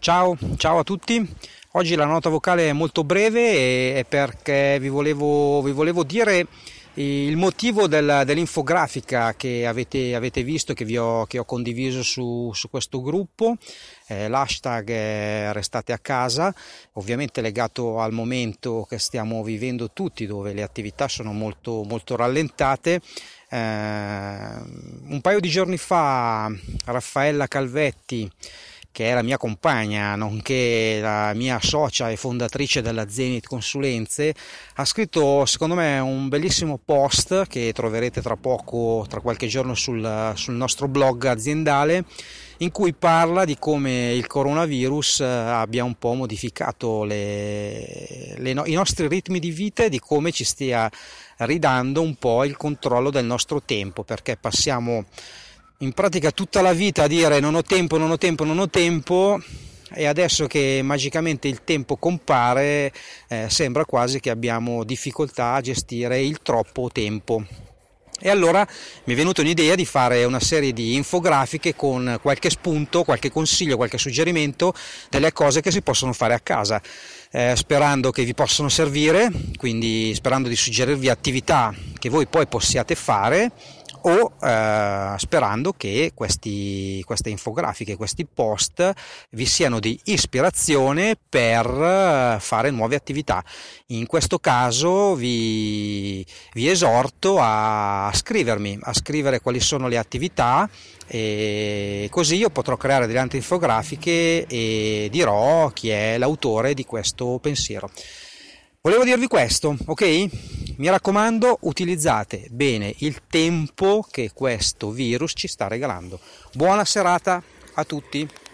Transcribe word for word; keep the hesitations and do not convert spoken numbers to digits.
Ciao, ciao a tutti. Oggi la nota vocale è molto breve e è perché vi volevo, vi volevo dire il motivo del- dell'infografica che avete, avete visto, che vi ho, che ho condiviso su, su questo gruppo. Eh, l'hashtag è Restate a casa, ovviamente legato al momento che stiamo vivendo tutti, dove le attività sono molto, molto rallentate. Eh, un paio di giorni fa Raffaella Calvetti, che è la mia compagna, nonché la mia socia e fondatrice della Zenith Consulenze, ha scritto secondo me un bellissimo post che troverete tra poco, tra qualche giorno sul, sul nostro blog aziendale, in cui parla di come il coronavirus abbia un po' modificato le, le, i nostri ritmi di vita e di come ci stia ridando un po' il controllo del nostro tempo, perché passiamo in pratica tutta la vita a dire non ho tempo, non ho tempo, non ho tempo, e adesso che magicamente il tempo compare eh, sembra quasi che abbiamo difficoltà a gestire il troppo tempo. E allora mi è venuta un'idea di fare una serie di infografiche con qualche spunto, qualche consiglio, qualche suggerimento delle cose che si possono fare a casa, eh, sperando che vi possano servire, quindi sperando di suggerirvi attività che voi poi possiate fare, o eh, sperando che questi, queste infografiche, questi post vi siano di ispirazione per eh, fare nuove attività. In questo caso vi, vi esorto a scrivermi, a scrivere quali sono le attività, e così io potrò creare delle altre infografiche e dirò chi è l'autore di questo pensiero. Volevo dirvi questo, ok? Mi raccomando, utilizzate bene il tempo che questo virus ci sta regalando. Buona serata a tutti!